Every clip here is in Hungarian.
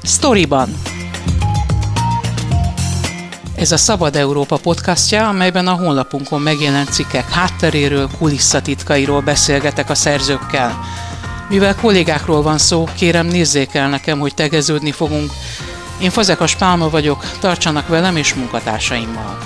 Sztoriban. Ez a Szabad Európa podcastja, amelyben a honlapunkon megjelent cikkek hátteréről, kulisszatitkairól beszélgetek a szerzőkkel. Mivel kollégákról van szó, kérem nézzék el nekem, hogy tegeződni fogunk. Én Fazekas Pálma vagyok, tartsanak velem és munkatársaimmal.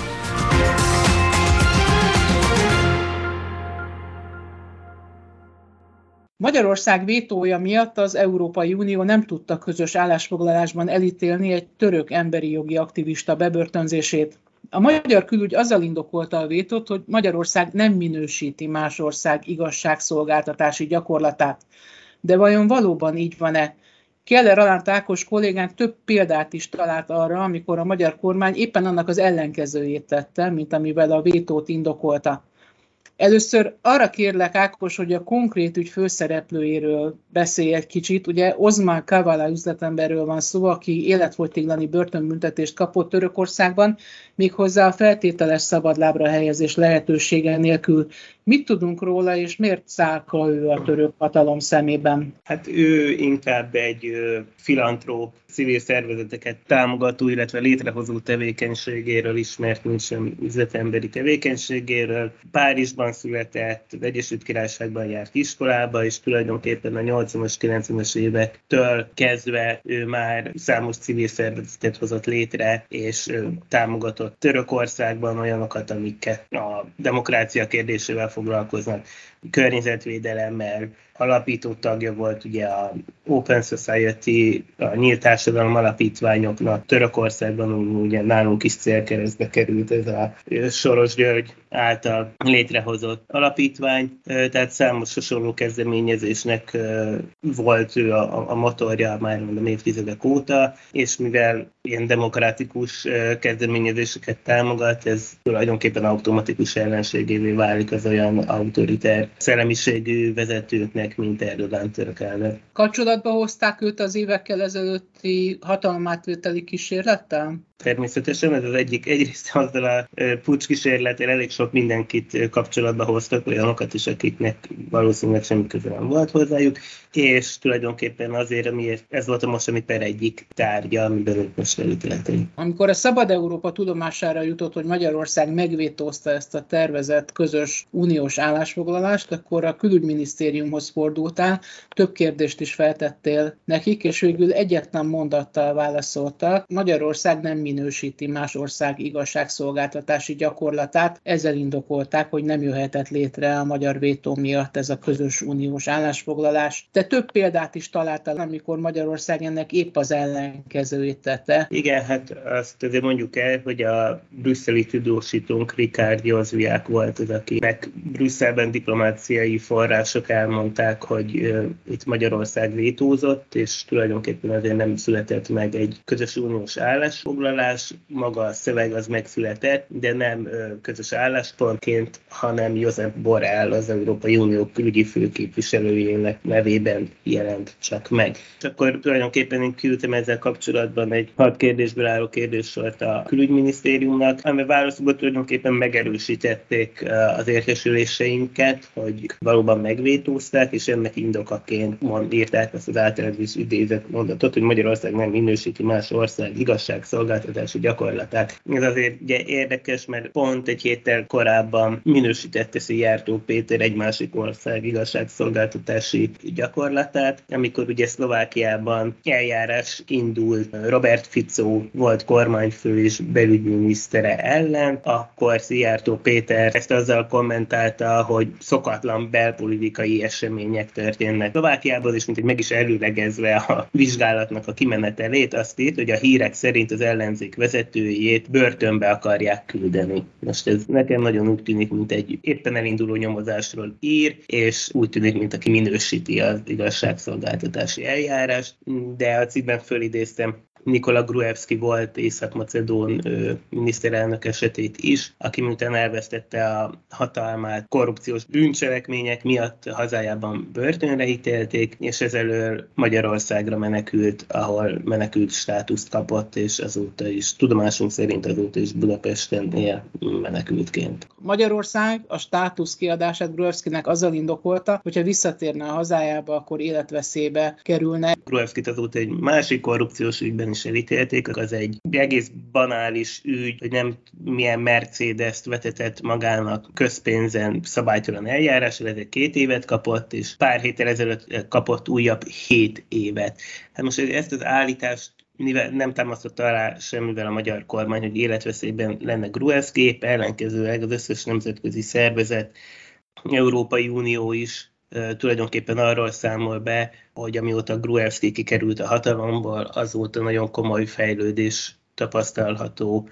Magyarország vétója miatt az Európai Unió nem tudta közös állásfoglalásban elítélni egy török emberi jogi aktivista bebörtönzését. A magyar külügy azzal indokolta a vétót, hogy Magyarország nem minősíti más ország igazságszolgáltatási gyakorlatát. De vajon valóban így van-e? Keller Alánt Ákos kollégánk több példát is talált arra, amikor a magyar kormány éppen annak az ellenkezőjét tette, mint amivel a vétót indokolta. Először arra kérlek, Ákos, hogy a konkrét ügy főszereplőjéről beszélj egy kicsit. Ugye Osman Kavala üzletemberről van szó, aki életfogytiglani börtönbüntetést kapott Törökországban, méghozzá a feltételes szabadlábra helyezés lehetősége nélkül. Mit tudunk róla, és miért szálka ő a török hatalom szemében? Hát ő inkább egy filantróp, civil szervezeteket támogató, illetve létrehozó tevékenységéről ismert, mint sem üzletemberi tevékenységéről. Párizsban született, az Egyesült Királyságban járt iskolába, és tulajdonképpen a 80-as, 90-es évektől kezdve ő már számos civil szervezetet hozott létre, és támogatott Törökországban olyanokat, amiket a demokrácia kérdésével foglalkoznak, környezetvédelemmel. Alapító tagja volt ugye a Open Society, a Nyílt Társadalom alapítványoknak. Törökországban ugye nálunk is célkeresztbe került ez a Soros György által létrehozott alapítvány, tehát számos hasonló kezdeményezésnek volt ő a motorja már mondom évtizedek óta, és mivel ilyen demokratikus kezdeményezéseket támogat, ez tulajdonképpen automatikus ellenségévé válik az olyan autoriter szellemiségű vezetőknek, mint Erdogan török elnök. Kapcsolatba hozták őt az évekkel ezelőtti hatalomátvételi kísérlettel? Természetesen ez az egyik. Egyrészt azzal a puccs-kísérlettel elég sok mindenkit kapcsolatba hoztak, olyanokat is, akiknek valószínűleg semmi köze nem volt hozzájuk, és tulajdonképpen azért, amiért ez volt a mostani per egyik tárgya, amiben ők most elítéletei. Amikor a Szabad Európa tudomására jutott, hogy Magyarország megvétózta ezt a tervezett közös uniós állásfoglalást, akkor a külügyminisztériumhoz fordultál, több kérdést is feltettél nekik, és végül egyetlen mondattal válaszoltak. Magyarország nem minősíti más ország igazságszolgáltatási gyakorlatát. Ezzel indokolták, hogy nem jöhetett létre a magyar vétó miatt ez a közös uniós állásfoglalás. De több példát is találtál, amikor Magyarország ennek épp az ellenkezőjét tette. Igen, hát azt azért mondjuk el, hogy a brüsszeli tudósítónk Ricard Józsviák volt az, akinek Brüsszelben diplomáciai források elmondták, hogy itt Magyarország vétózott, és tulajdonképpen azért nem született meg egy közös uniós állásfoglalás. Maga a szöveg az megszületett, de nem közös álláspontként, hanem Josep Borrell, az Európai Unió külügyi főképviselőjének nevében jelent csak meg. És akkor tulajdonképpen én küldtem ezzel kapcsolatban egy 6 kérdésből álló kérdéssort a külügyminisztériumnak, amely válaszokból tulajdonképpen megerősítették az értesüléseinket, hogy valóban megvétózták, és ennek indokaként írták azt az általában is idézett mondatot, hogy Magyarország nem minősíti más ország igazságszolgáltatási gyakorlatát. Ez azért ugye érdekes, mert pont egy héttel korábban minősítette Szijjártó Péter egy másik ország igazságszolgáltatási gyakorlatát, amikor ugye Szlovákiában eljárás indult Robert Fico volt kormányfő és belügyminisztere ellen, akkor Szijjártó Péter ezt azzal kommentálta, hogy szokatlan belpolitikai események történnek Szlovákiában, és mint hogy meg is előlegezve a vizsgálatnak a kimenetelét, azt írt, hogy a hírek szerint az ellenzék vezetőjét börtönbe akarják küldeni. Most ez nekem nagyon úgy tűnik, mint egy éppen elinduló nyomozásról ír, és úgy tűnik, mint aki minősíti az igazságszolgáltatási eljárást, de a cikkben fölidéztem Nikola Gruevski volt észak-macedón miniszterelnök esetét is, aki miután elvesztette a hatalmát korrupciós bűncselekmények miatt hazájában börtönre ítélték, és ezelől Magyarországra menekült, ahol menekült státuszt kapott, és azóta is, tudomásunk szerint azóta is Budapesten él menekültként. Magyarország a státusz kiadását Gruevskinek azzal indokolta, hogyha visszatérne a hazájába, akkor életveszélybe kerülne. Gruevskit azóta egy másik korrupciós ügyben is elítélték, az egy egész banális ügy, hogy nem milyen Mercedes-t vetetett magának közpénzen szabálytalan eljárás, illetve 2 évet kapott, és pár héttel ezelőtt kapott újabb 7 évet. Hát most ezt az állítást nem támasztotta alá semmivel a magyar kormány, hogy életveszélyben lenne Gruevski, épp ellenkezőleg az összes nemzetközi szervezet, Európai Unió is tulajdonképpen arról számol be, hogy amióta Gruevski kikerült a hatalomból, azóta nagyon komoly fejlődés tapasztalható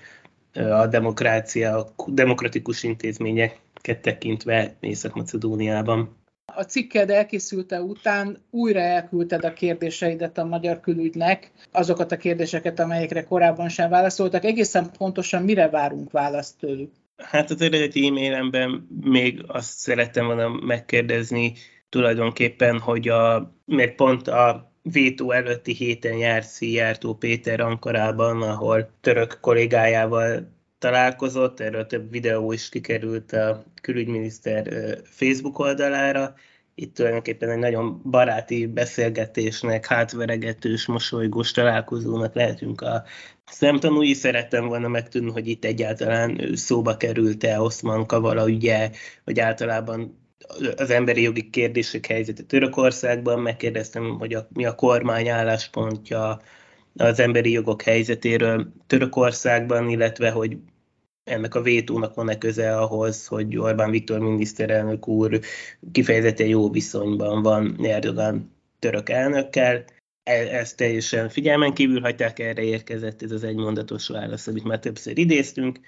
a demokrácia, a demokratikus intézményeket tekintve Észak-Macedóniában. A cikked elkészülte után újra elküldted a kérdéseidet a magyar külügynek, azokat a kérdéseket, amelyekre korábban sem válaszoltak. Egészen pontosan mire várunk választ tőlük? Hát az eredeti e-mailemben még azt szerettem volna megkérdezni tulajdonképpen, hogy még pont a vétó előtti héten járt Szijjártó Péter Ankarában, ahol török kollégájával találkozott, erről több videó is kikerült a külügyminiszter Facebook oldalára. Itt tulajdonképpen egy nagyon baráti beszélgetésnek, hátveregetős, mosolygós találkozónak lehetünk a szemtanúi. Szerettem volna megtudni, hogy itt egyáltalán szóba került-e Oszman Kavala ügye, vagy általában az emberi jogi kérdések helyzete Törökországban. Megkérdeztem, hogy mi a kormány álláspontja az emberi jogok helyzetéről Törökországban, illetve hogy ennek a vétónak van-e köze ahhoz, hogy Orbán Viktor miniszterelnök úr kifejezetten jó viszonyban van Erdogan török elnökkel. Ezt teljesen figyelmen kívül hagyták, erre érkezett ez az egymondatos válasz, amit már többször idéztünk,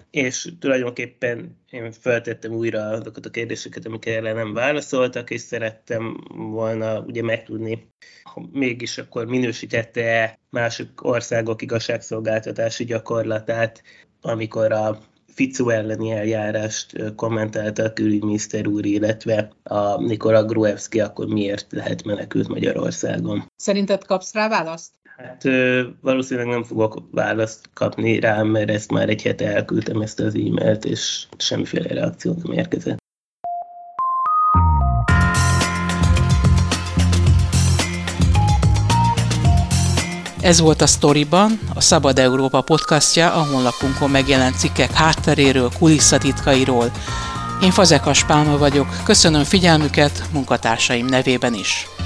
és tulajdonképpen én feltettem újra azokat a kérdéseket, amikre nem válaszoltak, és szerettem volna ugye megtudni, ha mégis akkor minősítette mások országok igazságszolgáltatási gyakorlatát, amikor a Fico elleni eljárást kommentálta a külügyminiszter úr, illetve a Nikola Gruevski, akkor miért lehet menekült Magyarországon. Szerinted kapsz rá választ? Hát valószínűleg nem fogok választ kapni rá, mert ezt már egy hete elküldtem ezt az e-mailt, és semmiféle reakció nem érkezett. Ez volt a Sztoriban, a Szabad Európa podcastja, a honlapunkon megjelent cikkek hátteréről, kulisszatitkairól. Én Fazekas Pálma vagyok, köszönöm figyelmüket munkatársaim nevében is.